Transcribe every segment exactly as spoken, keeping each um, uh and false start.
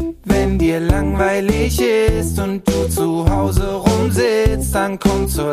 Wenn dir langweilig ist und du zu Hause rumsitzt, dann komm zur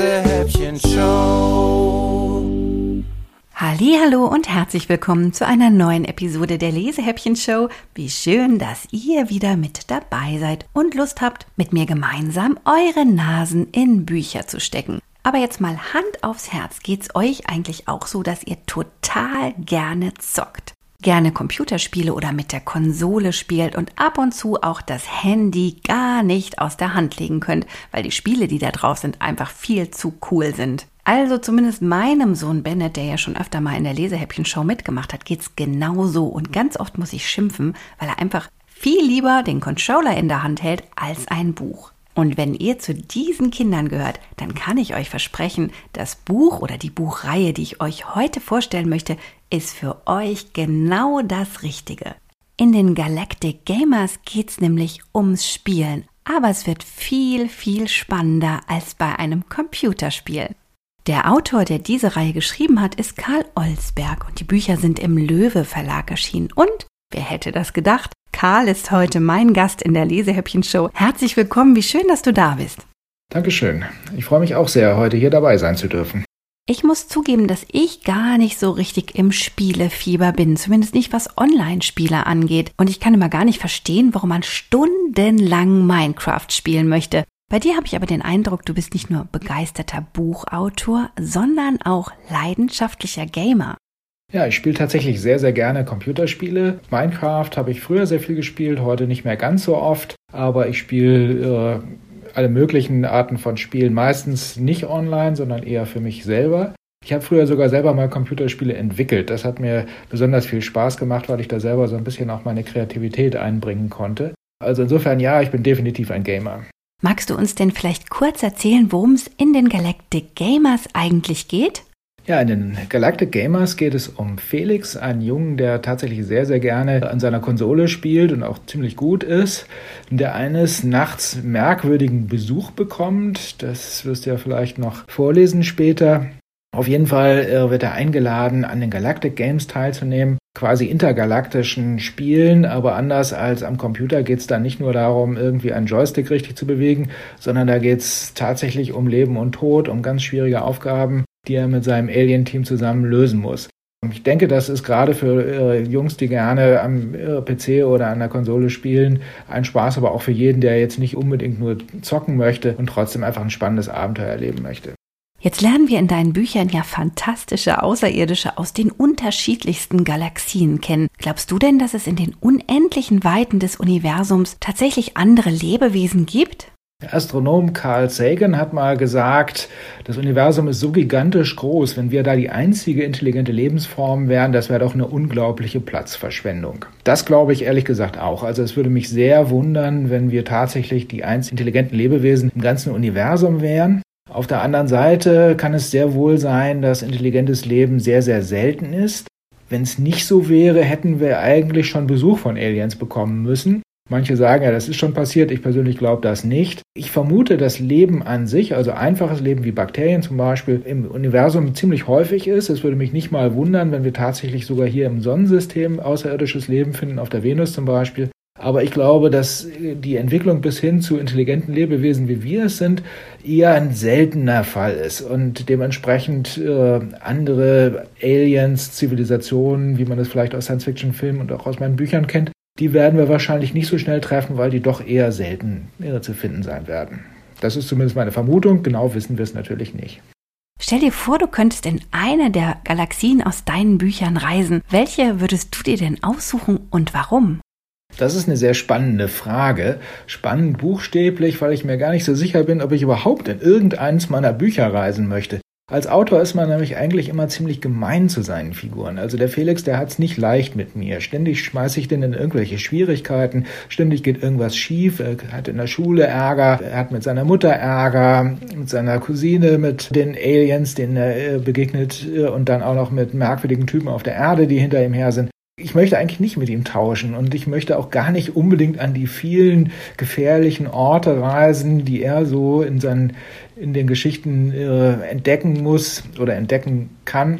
Lesehäppchen-Show. Hallihallo und herzlich willkommen zu einer neuen Episode der Lesehäppchen-Show. Wie schön, dass ihr wieder mit dabei seid und Lust habt, mit mir gemeinsam eure Nasen in Bücher zu stecken. Aber jetzt mal Hand aufs Herz, geht's euch eigentlich auch so, dass ihr total gerne zockt? Gerne Computerspiele oder mit der Konsole spielt und ab und zu auch das Handy gar nicht aus der Hand legen könnt, weil die Spiele, die da drauf sind, einfach viel zu cool sind. Also zumindest meinem Sohn Bennett, der ja schon öfter mal in der Lesehäppchen-Show mitgemacht hat, geht's genauso. Und ganz oft muss ich schimpfen, weil er einfach viel lieber den Controller in der Hand hält als ein Buch. Und wenn ihr zu diesen Kindern gehört, dann kann ich euch versprechen, das Buch oder die Buchreihe, die ich euch heute vorstellen möchte, ist für euch genau das Richtige. In den Galactic Gamers geht's nämlich ums Spielen, aber es wird viel, viel spannender als bei einem Computerspiel. Der Autor, der diese Reihe geschrieben hat, ist Karl Olsberg und die Bücher sind im Löwe Verlag erschienen. Und, wer hätte das gedacht, Karl ist heute mein Gast in der Lesehäppchen-Show. Herzlich willkommen, wie schön, dass du da bist. Dankeschön. Ich freue mich auch sehr, heute hier dabei sein zu dürfen. Ich muss zugeben, dass ich gar nicht so richtig im Spielefieber bin, zumindest nicht was Online-Spiele angeht. Und ich kann immer gar nicht verstehen, warum man stundenlang Minecraft spielen möchte. Bei dir habe ich aber den Eindruck, du bist nicht nur begeisterter Buchautor, sondern auch leidenschaftlicher Gamer. Ja, ich spiele tatsächlich sehr, sehr gerne Computerspiele. Minecraft habe ich früher sehr viel gespielt, heute nicht mehr ganz so oft. Aber ich spiele äh, alle möglichen Arten von Spielen, meistens nicht online, sondern eher für mich selber. Ich habe früher sogar selber mal Computerspiele entwickelt. Das hat mir besonders viel Spaß gemacht, weil ich da selber so ein bisschen auch meine Kreativität einbringen konnte. Also insofern ja, ich bin definitiv ein Gamer. Magst du uns denn vielleicht kurz erzählen, worum es in den Galactic Gamers eigentlich geht? Ja, in den Galactic Gamers geht es um Felix, einen Jungen, der tatsächlich sehr, sehr gerne an seiner Konsole spielt und auch ziemlich gut ist, der eines Nachts merkwürdigen Besuch bekommt. Das wirst du ja vielleicht noch vorlesen später. Auf jeden Fall äh, wird er eingeladen, an den Galactic Games teilzunehmen, quasi intergalaktischen Spielen, aber anders als am Computer geht es da nicht nur darum, irgendwie einen Joystick richtig zu bewegen, sondern da geht es tatsächlich um Leben und Tod, um ganz schwierige Aufgaben, die er mit seinem Alien-Team zusammen lösen muss. Und ich denke, das ist gerade für äh, Jungs, die gerne am äh, P C oder an der Konsole spielen, ein Spaß, aber auch für jeden, der jetzt nicht unbedingt nur zocken möchte und trotzdem einfach ein spannendes Abenteuer erleben möchte. Jetzt lernen wir in deinen Büchern ja fantastische Außerirdische aus den unterschiedlichsten Galaxien kennen. Glaubst du denn, dass es in den unendlichen Weiten des Universums tatsächlich andere Lebewesen gibt? Der Astronom Carl Sagan hat mal gesagt, das Universum ist so gigantisch groß, wenn wir da die einzige intelligente Lebensform wären, das wäre doch eine unglaubliche Platzverschwendung. Das glaube ich ehrlich gesagt auch. Also es würde mich sehr wundern, wenn wir tatsächlich die einzig intelligenten Lebewesen im ganzen Universum wären. Auf der anderen Seite kann es sehr wohl sein, dass intelligentes Leben sehr, sehr selten ist. Wenn es nicht so wäre, hätten wir eigentlich schon Besuch von Aliens bekommen müssen. Manche sagen, ja, das ist schon passiert. Ich persönlich glaube das nicht. Ich vermute, dass Leben an sich, also einfaches Leben wie Bakterien zum Beispiel, im Universum ziemlich häufig ist. Es würde mich nicht mal wundern, wenn wir tatsächlich sogar hier im Sonnensystem außerirdisches Leben finden, auf der Venus zum Beispiel. Aber ich glaube, dass die Entwicklung bis hin zu intelligenten Lebewesen, wie wir es sind, eher ein seltener Fall ist und dementsprechend äh, andere Aliens, Zivilisationen, wie man das vielleicht aus Science-Fiction-Filmen und auch aus meinen Büchern kennt, die werden wir wahrscheinlich nicht so schnell treffen, weil die doch eher selten eher zu finden sein werden. Das ist zumindest meine Vermutung, genau wissen wir es natürlich nicht. Stell dir vor, du könntest in eine der Galaxien aus deinen Büchern reisen. Welche würdest du dir denn aussuchen und warum? Das ist eine sehr spannende Frage. Spannend buchstäblich, weil ich mir gar nicht so sicher bin, ob ich überhaupt in irgendeines meiner Bücher reisen möchte. Als Autor ist man nämlich eigentlich immer ziemlich gemein zu seinen Figuren. Also der Felix, der hat's nicht leicht mit mir. Ständig schmeiße ich den in irgendwelche Schwierigkeiten. Ständig geht irgendwas schief. Er hat in der Schule Ärger. Er hat mit seiner Mutter Ärger. Mit seiner Cousine, mit den Aliens, denen er begegnet. Und dann auch noch mit merkwürdigen Typen auf der Erde, die hinter ihm her sind. Ich möchte eigentlich nicht mit ihm tauschen und ich möchte auch gar nicht unbedingt an die vielen gefährlichen Orte reisen, die er so in seinen in den Geschichten äh, entdecken muss oder entdecken kann.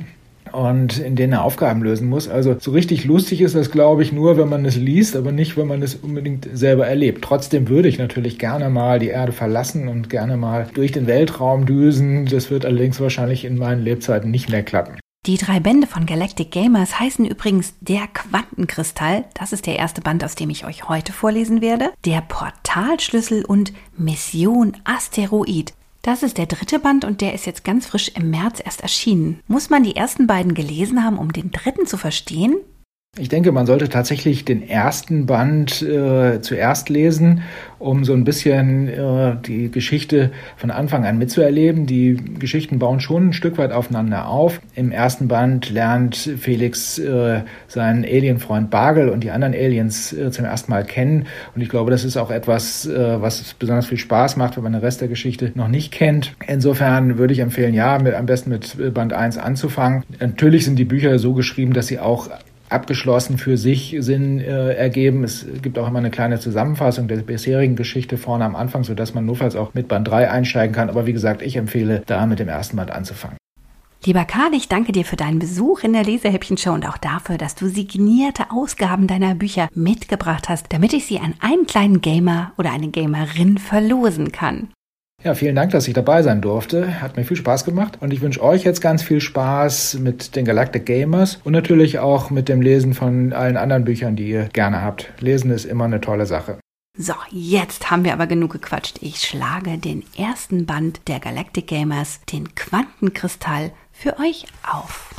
und in denen er Aufgaben lösen muss. Also so richtig lustig ist das, glaube ich, nur, wenn man es liest, aber nicht, wenn man es unbedingt selber erlebt. Trotzdem würde ich natürlich gerne mal die Erde verlassen und gerne mal durch den Weltraum düsen. Das wird allerdings wahrscheinlich in meinen Lebzeiten nicht mehr klappen. Die drei Bände von Galactic Gamers heißen übrigens Der Quantenkristall. Das ist der erste Band, aus dem ich euch heute vorlesen werde. Der Portalschlüssel und Mission Asteroid. Das ist der dritte Band und der ist jetzt ganz frisch im März erst erschienen. Muss man die ersten beiden gelesen haben, um den dritten zu verstehen? Ich denke, man sollte tatsächlich den ersten Band äh, zuerst lesen, um so ein bisschen äh, die Geschichte von Anfang an mitzuerleben. Die Geschichten bauen schon ein Stück weit aufeinander auf. Im ersten Band lernt Felix äh, seinen Alienfreund Bargel und die anderen Aliens äh, zum ersten Mal kennen. Und ich glaube, das ist auch etwas, äh, was besonders viel Spaß macht, wenn man den Rest der Geschichte noch nicht kennt. Insofern würde ich empfehlen, ja, mit, am besten mit Band eins anzufangen. Natürlich sind die Bücher so geschrieben, dass sie auch abgeschlossen für sich Sinn äh, ergeben. Es gibt auch immer eine kleine Zusammenfassung der bisherigen Geschichte vorne am Anfang, sodass man notfalls auch mit Band drei einsteigen kann. Aber wie gesagt, ich empfehle, da mit dem ersten Band anzufangen. Lieber Karl, ich danke dir für deinen Besuch in der Lesehäppchen-Show und auch dafür, dass du signierte Ausgaben deiner Bücher mitgebracht hast, damit ich sie an einen kleinen Gamer oder eine Gamerin verlosen kann. Ja, vielen Dank, dass ich dabei sein durfte. Hat mir viel Spaß gemacht und ich wünsche euch jetzt ganz viel Spaß mit den Galactic Gamers und natürlich auch mit dem Lesen von allen anderen Büchern, die ihr gerne habt. Lesen ist immer eine tolle Sache. So, jetzt haben wir aber genug gequatscht. Ich schlage den ersten Band der Galactic Gamers, den Quantenkristall, für euch auf.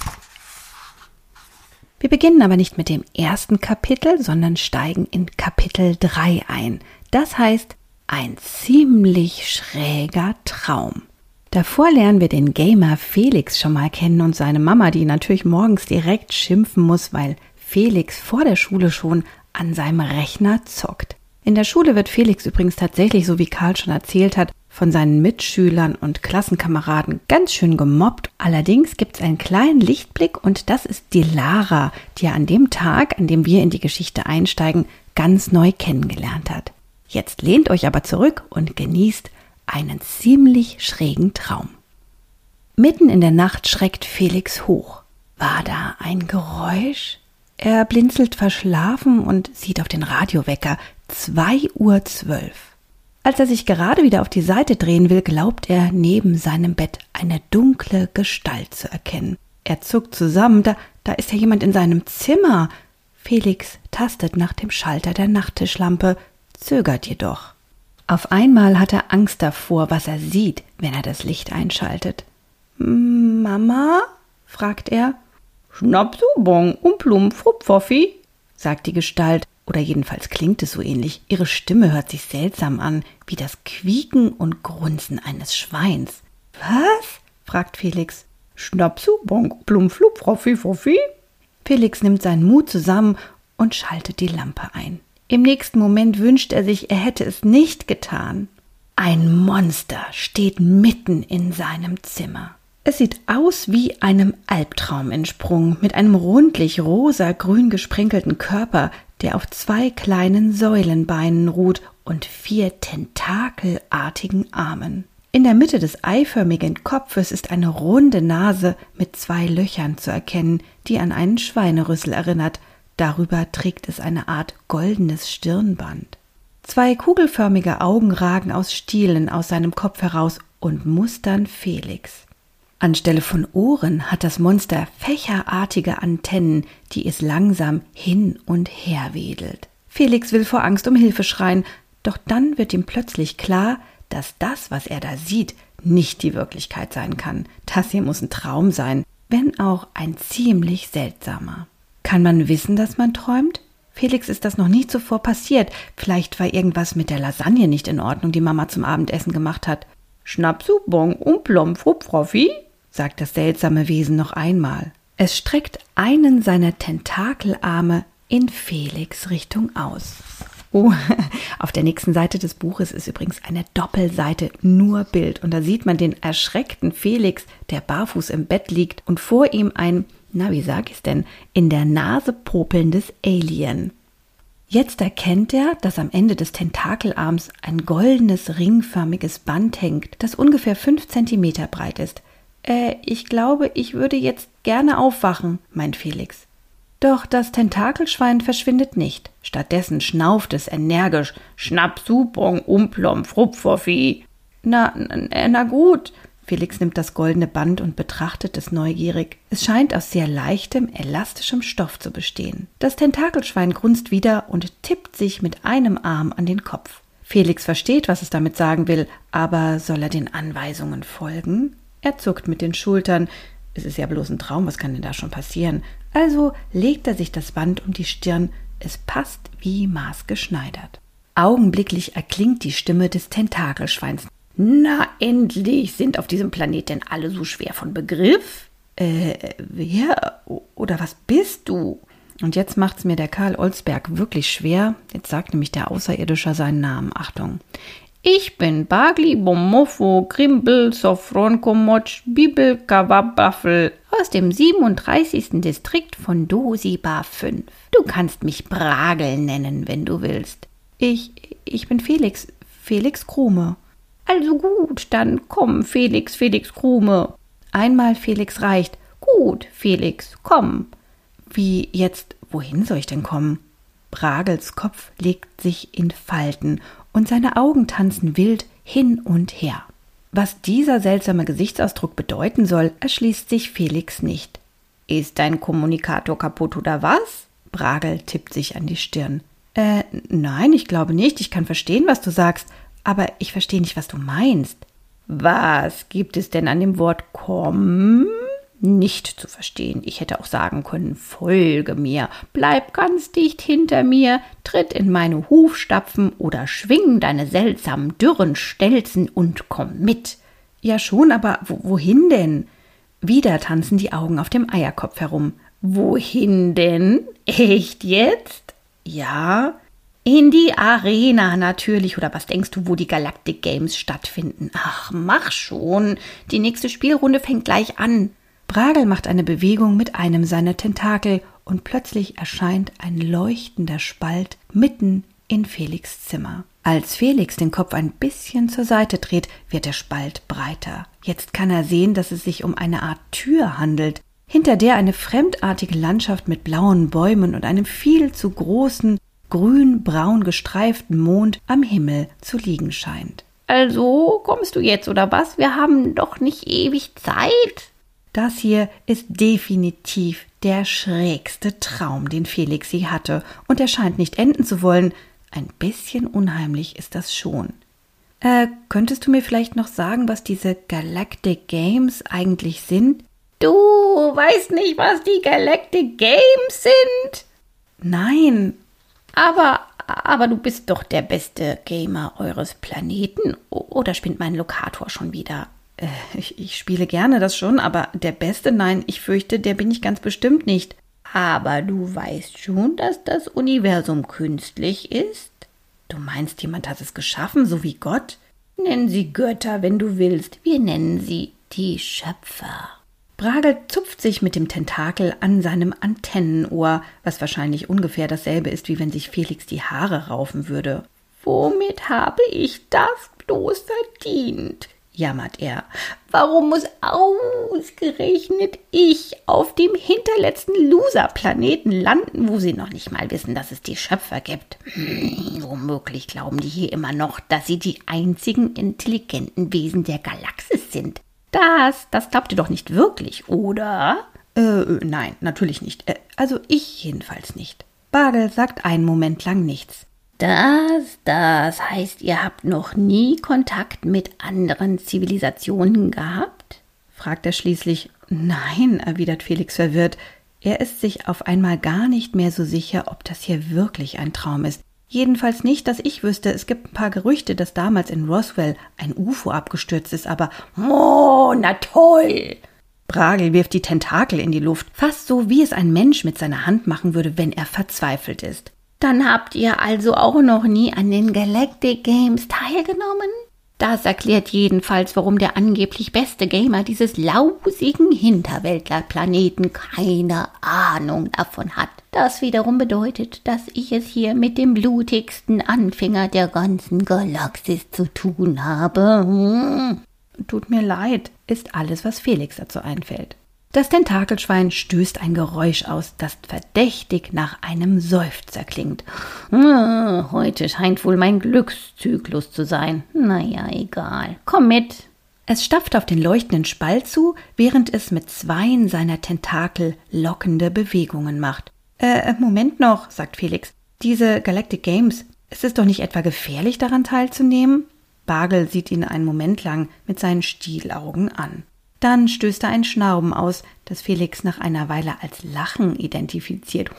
Wir beginnen aber nicht mit dem ersten Kapitel, sondern steigen in Kapitel drei ein. Das heißt, ein ziemlich schräger Traum. Davor lernen wir den Gamer Felix schon mal kennen und seine Mama, die natürlich morgens direkt schimpfen muss, weil Felix vor der Schule schon an seinem Rechner zockt. In der Schule wird Felix übrigens tatsächlich, so wie Karl schon erzählt hat, von seinen Mitschülern und Klassenkameraden ganz schön gemobbt. Allerdings gibt es einen kleinen Lichtblick und das ist die Lara, die er an dem Tag, an dem wir in die Geschichte einsteigen, ganz neu kennengelernt hat. Jetzt lehnt euch aber zurück und genießt einen ziemlich schrägen Traum. Mitten in der Nacht schreckt Felix hoch. War da ein Geräusch? Er blinzelt verschlafen und sieht auf den Radiowecker. zwei Uhr zwölf. Als er sich gerade wieder auf die Seite drehen will, glaubt er, neben seinem Bett eine dunkle Gestalt zu erkennen. Er zuckt zusammen, da, da ist ja jemand in seinem Zimmer. Felix tastet nach dem Schalter der Nachttischlampe, zögert jedoch. Auf einmal hat er Angst davor, was er sieht, wenn er das Licht einschaltet. »Mama?« fragt er. »Schnapp, du Bon und Plum, Frupfoffi«, sagt die Gestalt, oder jedenfalls klingt es so ähnlich. Ihre Stimme hört sich seltsam an, wie das Quieken und Grunzen eines Schweins. »Was?« fragt Felix. »Schnapp, du Bon, Plum, Frupfoffi, Foffi«. Felix nimmt seinen Mut zusammen und schaltet die Lampe ein. Im nächsten Moment wünscht er sich, er hätte es nicht getan. Ein Monster steht mitten in seinem Zimmer. Es sieht aus wie einem Albtraum entsprungen, mit einem rundlich rosa-grün gesprenkelten Körper, der auf zwei kleinen Säulenbeinen ruht und vier tentakelartigen Armen. In der Mitte des eiförmigen Kopfes ist eine runde Nase mit zwei Löchern zu erkennen, die an einen Schweinerüssel erinnert. Darüber trägt es eine Art goldenes Stirnband. Zwei kugelförmige Augen ragen aus Stielen aus seinem Kopf heraus und mustern Felix. Anstelle von Ohren hat das Monster fächerartige Antennen, die es langsam hin und her wedelt. Felix will vor Angst um Hilfe schreien, doch dann wird ihm plötzlich klar, dass das, was er da sieht, nicht die Wirklichkeit sein kann. Das hier muss ein Traum sein, wenn auch ein ziemlich seltsamer. Kann man wissen, dass man träumt? Felix ist das noch nie zuvor passiert. Vielleicht war irgendwas mit der Lasagne nicht in Ordnung, die Mama zum Abendessen gemacht hat. »Schnappsu, Bon und Plom, Frupfroffi«, sagt das seltsame Wesen noch einmal. Es streckt einen seiner Tentakelarme in Felix Richtung aus. Oh, auf der nächsten Seite des Buches ist übrigens eine Doppelseite, nur Bild. Und da sieht man den erschreckten Felix, der barfuß im Bett liegt und vor ihm ein, na wie sag ich's denn, in der Nase popelndes Alien. Jetzt erkennt er, dass am Ende des Tentakelarms ein goldenes, ringförmiges Band hängt, das ungefähr fünf Zentimeter breit ist. Äh, ich glaube, ich würde jetzt gerne aufwachen, meint Felix. Doch das Tentakelschwein verschwindet nicht. Stattdessen schnauft es energisch. Schnapp, Supong, Umplom, Frupfervieh. Na, na gut. Felix nimmt das goldene Band und betrachtet es neugierig. Es scheint aus sehr leichtem, elastischem Stoff zu bestehen. Das Tentakelschwein grunzt wieder und tippt sich mit einem Arm an den Kopf. Felix versteht, was es damit sagen will, aber soll er den Anweisungen folgen? Er zuckt mit den Schultern. Es ist ja bloß ein Traum, was kann denn da schon passieren? Also legt er sich das Band um die Stirn. Es passt wie maßgeschneidert. Augenblicklich erklingt die Stimme des Tentakelschweins. Na, endlich! Sind auf diesem Planet denn alle so schwer von Begriff? Äh, wer oder was bist du? Und jetzt macht's mir der Karl Olsberg wirklich schwer. Jetzt sagt nämlich der Außerirdische seinen Namen. Achtung. Ich bin Bagli Bomofo Grimbel Sofron Komotsch Bibel Kawabaffel aus dem siebenunddreißigsten Distrikt von Dosiba fünf. Du kannst mich Bragel nennen, wenn du willst. Ich, ich bin Felix, Felix Krume. Also gut, dann komm, Felix, Felix Krume. Einmal Felix reicht. Gut, Felix, komm. Wie jetzt, wohin soll ich denn kommen? Bragels Kopf legt sich in Falten und seine Augen tanzen wild hin und her. Was dieser seltsame Gesichtsausdruck bedeuten soll, erschließt sich Felix nicht. Ist dein Kommunikator kaputt oder was? Bragel tippt sich an die Stirn. Äh, nein, ich glaube nicht. Ich kann verstehen, was du sagst, aber ich verstehe nicht, was du meinst. Was gibt es denn an dem Wort komm nicht zu verstehen? Ich hätte auch sagen können, folge mir, bleib ganz dicht hinter mir, tritt in meine Hufstapfen oder schwing deine seltsamen dürren Stelzen und komm mit. Ja schon, aber wo, wohin denn? Wieder tanzen die Augen auf dem Eierkopf herum. Wohin denn? Echt jetzt? Ja, in die Arena natürlich. Oder was denkst du, wo die Galactic Games stattfinden? Ach, mach schon. Die nächste Spielrunde fängt gleich an. Bragel macht eine Bewegung mit einem seiner Tentakel und plötzlich erscheint ein leuchtender Spalt mitten in Felix' Zimmer. Als Felix den Kopf ein bisschen zur Seite dreht, wird der Spalt breiter. Jetzt kann er sehen, dass es sich um eine Art Tür handelt, hinter der eine fremdartige Landschaft mit blauen Bäumen und einem viel zu großen, grün-braun gestreiften Mond am Himmel zu liegen scheint. Also, kommst du jetzt oder was? Wir haben doch nicht ewig Zeit. Das hier ist definitiv der schrägste Traum, den Felix je hatte, und er scheint nicht enden zu wollen. Ein bisschen unheimlich ist das schon. Äh, könntest du mir vielleicht noch sagen, was diese Galactic Games eigentlich sind? Du weißt nicht, was die Galactic Games sind? Nein, aber, aber du bist doch der beste Gamer eures Planeten. Oder spinnt mein Lokator schon wieder? Äh, ich, ich spiele gerne das schon, aber der Beste? Nein, ich fürchte, der bin ich ganz bestimmt nicht. Aber du weißt schon, dass das Universum künstlich ist? Du meinst, jemand hat es geschaffen, so wie Gott? Nenn sie Götter, wenn du willst. Wir nennen sie die Schöpfer. Bragel zupft sich mit dem Tentakel an seinem Antennenohr, was wahrscheinlich ungefähr dasselbe ist, wie wenn sich Felix die Haare raufen würde. Womit habe ich das bloß verdient? Jammert er. Warum muss ausgerechnet ich auf dem hinterletzten Loser-Planeten landen, wo sie noch nicht mal wissen, dass es die Schöpfer gibt? Hm, womöglich glauben die hier immer noch, dass sie die einzigen intelligenten Wesen der Galaxis sind. Das, das glaubt ihr doch nicht wirklich, oder? Äh, nein, natürlich nicht. Äh, also ich jedenfalls nicht. Bragel sagt einen Moment lang nichts. Das, das heißt, ihr habt noch nie Kontakt mit anderen Zivilisationen gehabt? Fragt er schließlich. Nein, erwidert Felix verwirrt. Er ist sich auf einmal gar nicht mehr so sicher, ob das hier wirklich ein Traum ist. Jedenfalls nicht, dass ich wüsste. Es gibt ein paar Gerüchte, dass damals in Roswell ein U F O abgestürzt ist, aber oh, na toll! Bragel wirft die Tentakel in die Luft, fast so, wie es ein Mensch mit seiner Hand machen würde, wenn er verzweifelt ist. Dann habt ihr also auch noch nie an den Galactic Games teilgenommen? Das erklärt jedenfalls, warum der angeblich beste Gamer dieses lausigen Hinterwäldlerplaneten keine Ahnung davon hat. Das wiederum bedeutet, dass ich es hier mit dem blutigsten Anfänger der ganzen Galaxis zu tun habe. Hm. Tut mir leid, ist alles, was Felix dazu einfällt. Das Tentakelschwein stößt ein Geräusch aus, das verdächtig nach einem Seufzer klingt. Ah, heute scheint wohl mein Glückszyklus zu sein. Naja, egal. Komm mit. Es stapft auf den leuchtenden Spalt zu, während es mit zweien seiner Tentakel lockende Bewegungen macht. Äh, Moment noch, sagt Felix. Diese Galactic Games, ist es doch nicht etwa gefährlich, daran teilzunehmen? Bargel sieht ihn einen Moment lang mit seinen Stielaugen an. Dann stößt er ein Schnauben aus, das Felix nach einer Weile als Lachen identifiziert.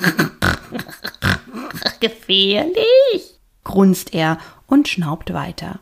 Gefährlich, grunzt er und schnaubt weiter.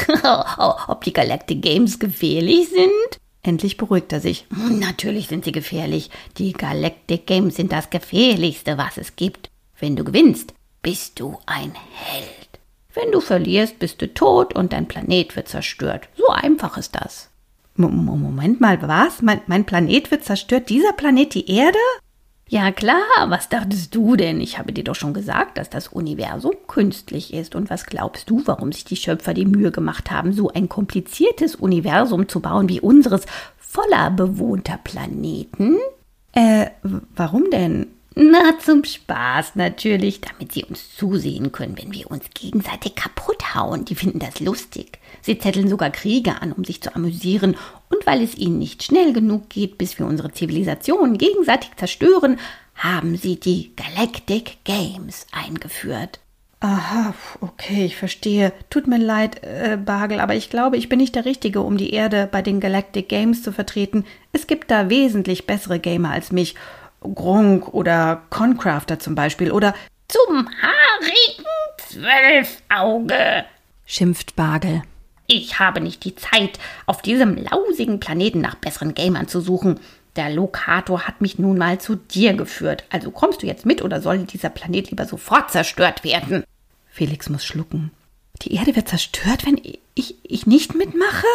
Ob die Galactic Games gefährlich sind? Endlich beruhigt er sich. Natürlich sind sie gefährlich. Die Galactic Games sind das Gefährlichste, was es gibt. Wenn du gewinnst, bist du ein Held. Wenn du verlierst, bist du tot und dein Planet wird zerstört. So einfach ist das. Moment mal, was? Mein, mein Planet wird zerstört? Dieser Planet die Erde? Ja klar, was dachtest du denn? Ich habe dir doch schon gesagt, dass das Universum künstlich ist. Und was glaubst du, warum sich die Schöpfer die Mühe gemacht haben, so ein kompliziertes Universum zu bauen wie unseres, voller bewohnter Planeten? Äh, warum denn? Na, zum Spaß natürlich, damit sie uns zusehen können, wenn wir uns gegenseitig kaputt hauen. Die finden das lustig. Sie zetteln sogar Kriege an, um sich zu amüsieren. Und weil es ihnen nicht schnell genug geht, bis wir unsere Zivilisation gegenseitig zerstören, haben sie die Galactic Games eingeführt. Aha, okay, ich verstehe. Tut mir leid, äh, Bargel, aber ich glaube, ich bin nicht der Richtige, um die Erde bei den Galactic Games zu vertreten. Es gibt da wesentlich bessere Gamer als mich. Gronk oder Concrafter zum Beispiel oder zum haarigen Zwölfauge, schimpft Bargel. Ich habe nicht die Zeit, auf diesem lausigen Planeten nach besseren Gamern zu suchen. Der Lokator hat mich nun mal zu dir geführt. Also kommst du jetzt mit oder soll dieser Planet lieber sofort zerstört werden? Felix muss schlucken. Die Erde wird zerstört, wenn ich, ich nicht mitmache?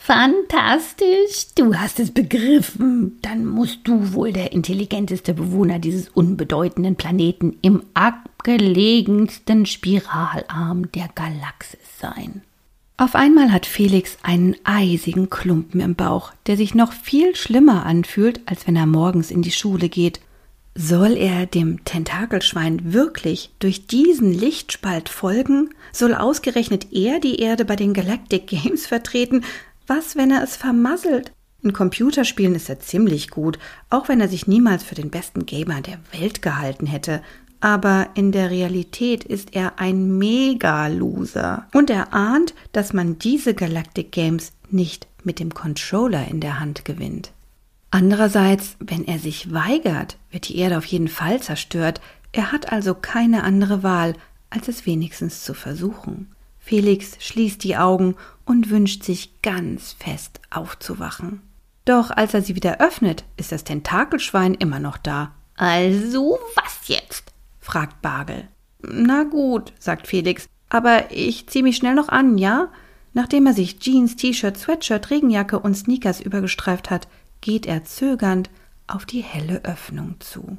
Fantastisch, du hast es begriffen. Dann musst du wohl der intelligenteste Bewohner dieses unbedeutenden Planeten im abgelegensten Spiralarm der Galaxis sein. Auf einmal hat Felix einen eisigen Klumpen im Bauch, der sich noch viel schlimmer anfühlt, als wenn er morgens in die Schule geht. Soll er dem Tentakelschwein wirklich durch diesen Lichtspalt folgen? Soll ausgerechnet er die Erde bei den Galactic Games vertreten? Was, wenn er es vermasselt? In Computerspielen ist er ziemlich gut, auch wenn er sich niemals für den besten Gamer der Welt gehalten hätte. Aber in der Realität ist er ein Mega-Loser. Und er ahnt, dass man diese Galactic Games nicht mit dem Controller in der Hand gewinnt. Andererseits, wenn er sich weigert, wird die Erde auf jeden Fall zerstört. Er hat also keine andere Wahl, als es wenigstens zu versuchen. Felix schließt die Augen und wünscht sich ganz fest aufzuwachen. Doch als er sie wieder öffnet, ist das Tentakelschwein immer noch da. Also was jetzt? Fragt Bargel. Na gut, sagt Felix, aber ich zieh mich schnell noch an, ja? Nachdem er sich Jeans, T-Shirt, Sweatshirt, Regenjacke und Sneakers übergestreift hat, geht er zögernd auf die helle Öffnung zu.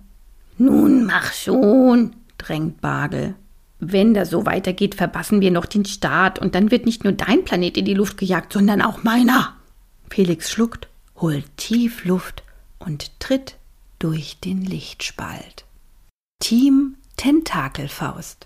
Nun mach schon, drängt Bargel. Wenn das so weitergeht, verpassen wir noch den Start und dann wird nicht nur dein Planet in die Luft gejagt, sondern auch meiner. Felix schluckt, holt tief Luft und tritt durch den Lichtspalt. Team Tentakelfaust.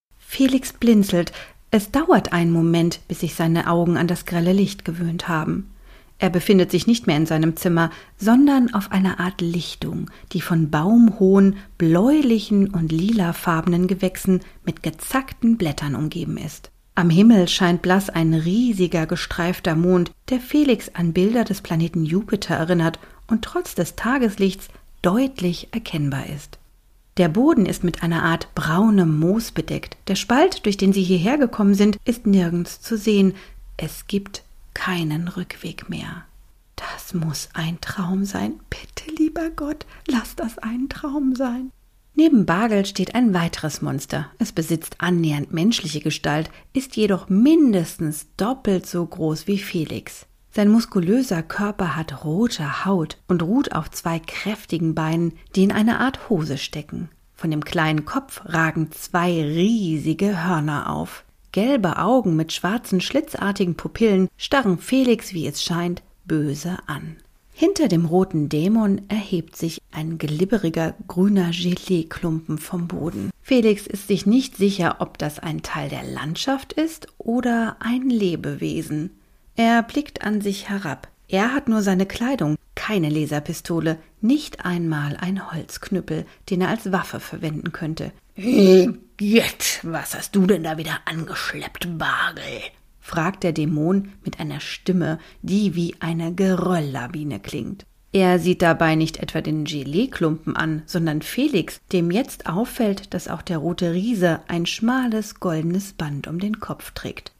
Felix blinzelt. Es dauert einen Moment, bis sich seine Augen an das grelle Licht gewöhnt haben. Er befindet sich nicht mehr in seinem Zimmer, sondern auf einer Art Lichtung, die von baumhohen, bläulichen und lilafarbenen Gewächsen mit gezackten Blättern umgeben ist. Am Himmel scheint blass ein riesiger, gestreifter Mond, der Felix an Bilder des Planeten Jupiter erinnert und trotz des Tageslichts deutlich erkennbar ist. Der Boden ist mit einer Art braunem Moos bedeckt. Der Spalt, durch den sie hierher gekommen sind, ist nirgends zu sehen. Es gibt keinen Rückweg mehr. Das muss ein Traum sein. Bitte, lieber Gott, lass das ein Traum sein. Neben Bargel steht ein weiteres Monster. Es besitzt annähernd menschliche Gestalt, ist jedoch mindestens doppelt so groß wie Felix. Sein muskulöser Körper hat rote Haut und ruht auf zwei kräftigen Beinen, die in eine Art Hose stecken. Von dem kleinen Kopf ragen zwei riesige Hörner auf. Gelbe Augen mit schwarzen, schlitzartigen Pupillen starren Felix, wie es scheint, böse an. Hinter dem roten Dämon erhebt sich ein glibberiger grüner Gelee-Klumpen vom Boden. Felix ist sich nicht sicher, ob das ein Teil der Landschaft ist oder ein Lebewesen. Er blickt an sich herab. Er hat nur seine Kleidung, keine Laserpistole, nicht einmal ein Holzknüppel, den er als Waffe verwenden könnte. Jetzt, was hast du denn da wieder angeschleppt, Bargel? Fragt der Dämon mit einer Stimme, die wie eine Gerölllawine klingt. Er sieht dabei nicht etwa den Gelee-Klumpen an, sondern Felix, dem jetzt auffällt, dass auch der rote Riese ein schmales goldenes Band um den Kopf trägt.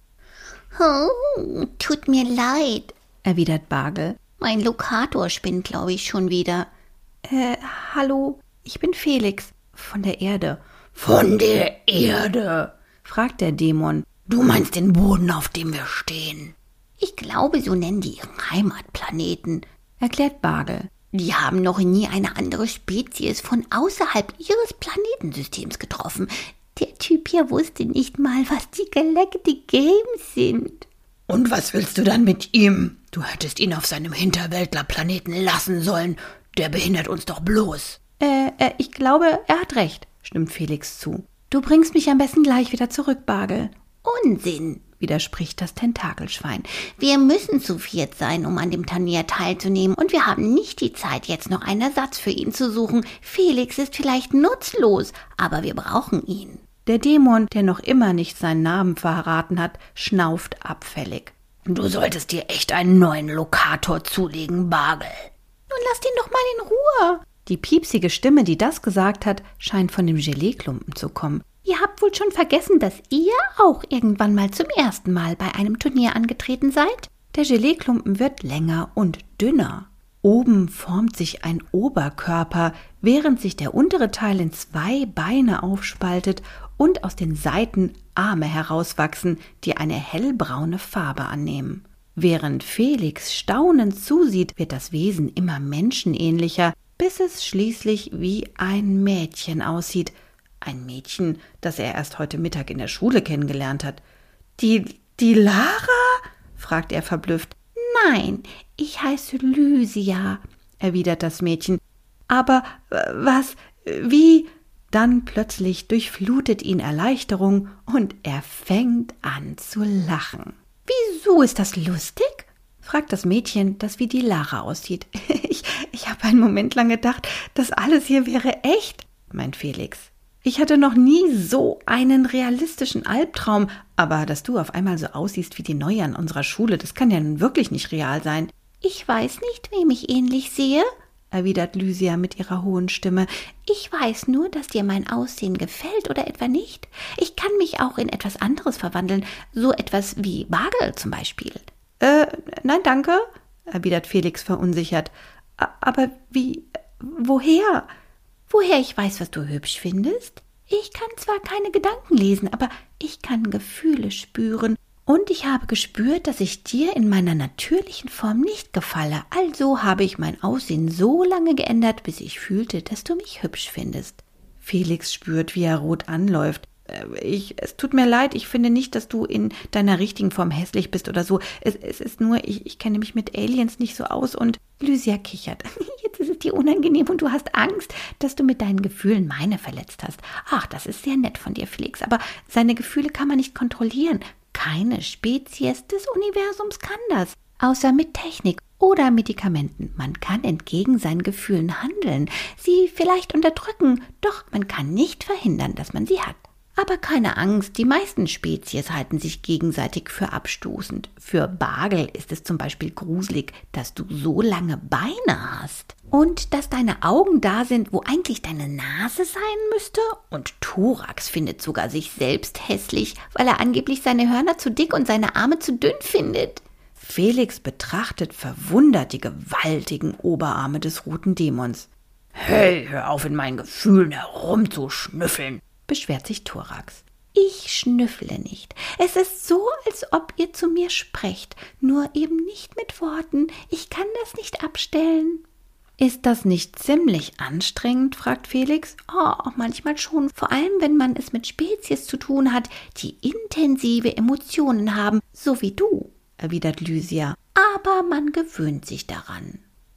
Oh, tut mir leid, erwidert Bargel. Mein Lokator spinnt, glaube ich, schon wieder. Äh, hallo, ich bin Felix, von der Erde. Von der Erde? Fragt der Dämon. Du meinst den Boden, auf dem wir stehen? Ich glaube, so nennen die ihren Heimatplaneten, erklärt Bargel. Die haben noch nie eine andere Spezies von außerhalb ihres Planetensystems getroffen. Der Typ hier wusste nicht mal, was die Galactic Games sind. Und was willst du dann mit ihm? Du hättest ihn auf seinem Hinterwäldlerplaneten lassen sollen. Der behindert uns doch bloß. Äh, äh, ich glaube, er hat recht, stimmt Felix zu. Du bringst mich am besten gleich wieder zurück, Bargel. Unsinn, widerspricht das Tentakelschwein. Wir müssen zu viert sein, um an dem Turnier teilzunehmen, und wir haben nicht die Zeit, jetzt noch einen Ersatz für ihn zu suchen. Felix ist vielleicht nutzlos, aber wir brauchen ihn. Der Dämon, der noch immer nicht seinen Namen verraten hat, schnauft abfällig. Du solltest dir echt einen neuen Lokator zulegen, Bargel. Nun lass den doch mal in Ruhe. Die piepsige Stimme, die das gesagt hat, scheint von dem Gelee-Klumpen zu kommen. Ihr habt wohl schon vergessen, dass ihr auch irgendwann mal zum ersten Mal bei einem Turnier angetreten seid? Der Gelee-Klumpen wird länger und dünner. Oben formt sich ein Oberkörper, während sich der untere Teil in zwei Beine aufspaltet und aus den Seiten Arme herauswachsen, die eine hellbraune Farbe annehmen. Während Felix staunend zusieht, wird das Wesen immer menschenähnlicher, bis es schließlich wie ein Mädchen aussieht. Ein Mädchen, das er erst heute Mittag in der Schule kennengelernt hat. Die, die Lara? Fragt er verblüfft. Nein, ich heiße Lysia, erwidert das Mädchen. Aber was, wie? Dann plötzlich durchflutet ihn Erleichterung und er fängt an zu lachen. Wieso ist das lustig? Fragt das Mädchen, das wie die Lara aussieht. Ich, ich habe einen Moment lang gedacht, das alles hier wäre echt, meint Felix. Ich hatte noch nie so einen realistischen Albtraum, aber dass du auf einmal so aussiehst wie die Neue an unserer Schule, das kann ja nun wirklich nicht real sein. Ich weiß nicht, wem ich ähnlich sehe, erwidert Lysia mit ihrer hohen Stimme. Ich weiß nur, dass dir mein Aussehen gefällt oder etwa nicht. Ich kann mich auch in etwas anderes verwandeln, so etwas wie Bargel zum Beispiel. Äh, nein, danke, erwidert Felix verunsichert. Aber wie, woher? Woher ich weiß, was du hübsch findest? Ich kann zwar keine Gedanken lesen, aber ich kann Gefühle spüren. Und ich habe gespürt, dass ich dir in meiner natürlichen Form nicht gefalle. Also habe ich mein Aussehen so lange geändert, bis ich fühlte, dass du mich hübsch findest. Felix spürt, wie er rot anläuft. Ich, es tut mir leid, ich finde nicht, dass du in deiner richtigen Form hässlich bist oder so. Es, es ist nur, ich, ich kenne mich mit Aliens nicht so aus und Lysia kichert. Jetzt ist es dir unangenehm und du hast Angst, dass du mit deinen Gefühlen meine verletzt hast. Ach, das ist sehr nett von dir, Felix, aber seine Gefühle kann man nicht kontrollieren. Keine Spezies des Universums kann das, außer mit Technik oder Medikamenten. Man kann entgegen seinen Gefühlen handeln, sie vielleicht unterdrücken, doch man kann nicht verhindern, dass man sie hat. Aber keine Angst, die meisten Spezies halten sich gegenseitig für abstoßend. Für Bargel ist es zum Beispiel gruselig, dass du so lange Beine hast. Und dass deine Augen da sind, wo eigentlich deine Nase sein müsste. Und Thorax findet sogar sich selbst hässlich, weil er angeblich seine Hörner zu dick und seine Arme zu dünn findet. Felix betrachtet verwundert die gewaltigen Oberarme des roten Dämons. Hey, hör auf, in meinen Gefühlen herumzuschnüffeln, beschwert sich Thorax. Ich schnüffle nicht. Es ist so, als ob ihr zu mir sprecht, nur eben nicht mit Worten. Ich kann das nicht abstellen. Ist das nicht ziemlich anstrengend, fragt Felix. Oh, manchmal schon, vor allem wenn man es mit Spezies zu tun hat, die intensive Emotionen haben, so wie du, erwidert Lysia. Aber man gewöhnt sich daran.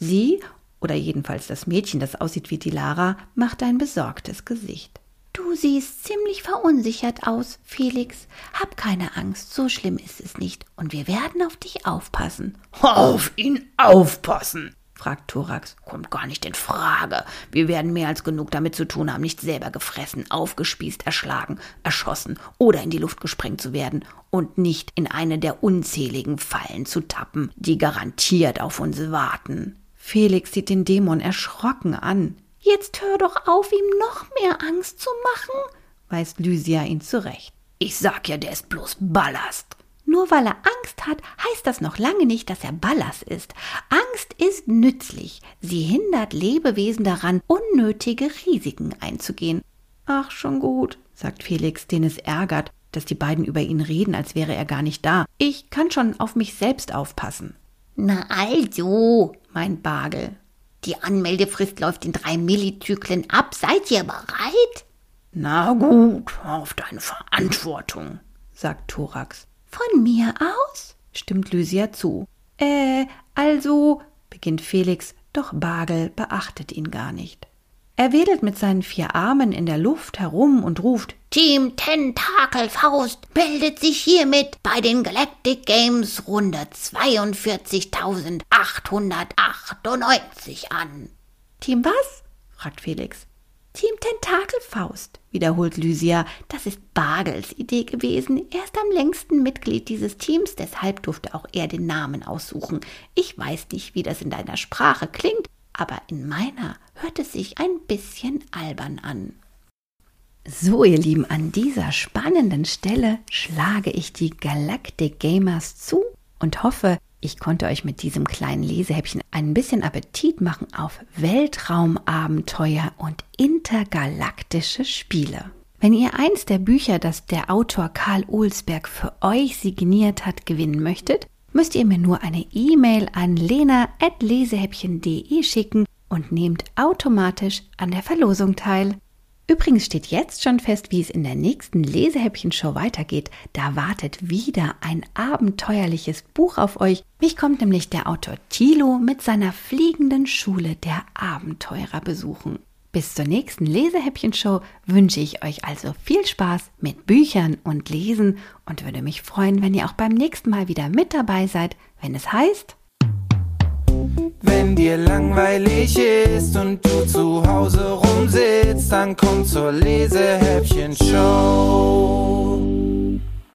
Sie, oder jedenfalls das Mädchen, das aussieht wie die Lara, macht ein besorgtes Gesicht. Du siehst ziemlich verunsichert aus, Felix. Hab keine Angst, so schlimm ist es nicht. Und wir werden auf dich aufpassen. Auf ihn aufpassen, fragt Thorax. Kommt gar nicht in Frage. Wir werden mehr als genug damit zu tun haben, nicht selber gefressen, aufgespießt, erschlagen, erschossen oder in die Luft gesprengt zu werden und nicht in eine der unzähligen Fallen zu tappen, die garantiert auf uns warten. Felix sieht den Dämon erschrocken an. Jetzt hör doch auf, ihm noch mehr Angst zu machen, weist Lysia ihn zurecht. Ich sag ja, der ist bloß Ballast. Nur weil er Angst hat, heißt das noch lange nicht, dass er Ballast ist. Angst ist nützlich. Sie hindert Lebewesen daran, unnötige Risiken einzugehen. Ach, schon gut, sagt Felix, den es ärgert, dass die beiden über ihn reden, als wäre er gar nicht da. Ich kann schon auf mich selbst aufpassen. Na also, meint Bargel. Die Anmeldefrist läuft in drei Millizyklen ab. Seid ihr bereit? Na gut, auf deine Verantwortung, sagt Thorax. Von mir aus? Stimmt Lysia zu. Äh, also, beginnt Felix, doch Bargel beachtet ihn gar nicht. Er wedelt mit seinen vier Armen in der Luft herum und ruft: Team Tentakelfaust meldet sich hiermit bei den Galactic Games Runde zweiundvierzigtausendachthundertachtundneunzig an. Team was? fragt Felix. Team Tentakelfaust, wiederholt Lysia. Das ist Bargels Idee gewesen. Er ist am längsten Mitglied dieses Teams, deshalb durfte auch er den Namen aussuchen. Ich weiß nicht, wie das in deiner Sprache klingt, aber in meiner hört es sich ein bisschen albern an. So, ihr Lieben, an dieser spannenden Stelle schlage ich die Galactic Gamers zu und hoffe, ich konnte euch mit diesem kleinen Lesehäppchen ein bisschen Appetit machen auf Weltraumabenteuer und intergalaktische Spiele. Wenn ihr eins der Bücher, das der Autor Karl Ohlsberg für euch signiert hat, gewinnen möchtet, müsst ihr mir nur eine E-Mail an lena at lesehäppchen punkt de schicken und nehmt automatisch an der Verlosung teil. Übrigens steht jetzt schon fest, wie es in der nächsten Lesehäppchen-Show weitergeht. Da wartet wieder ein abenteuerliches Buch auf euch. Mich kommt nämlich der Autor Thilo mit seiner fliegenden Schule der Abenteurer besuchen. Bis zur nächsten Lesehäppchen-Show wünsche ich euch also viel Spaß mit Büchern und Lesen und würde mich freuen, wenn ihr auch beim nächsten Mal wieder mit dabei seid, wenn es heißt: Wenn dir langweilig ist und du zu Hause rumsitzt, dann komm zur Lesehäppchen-Show.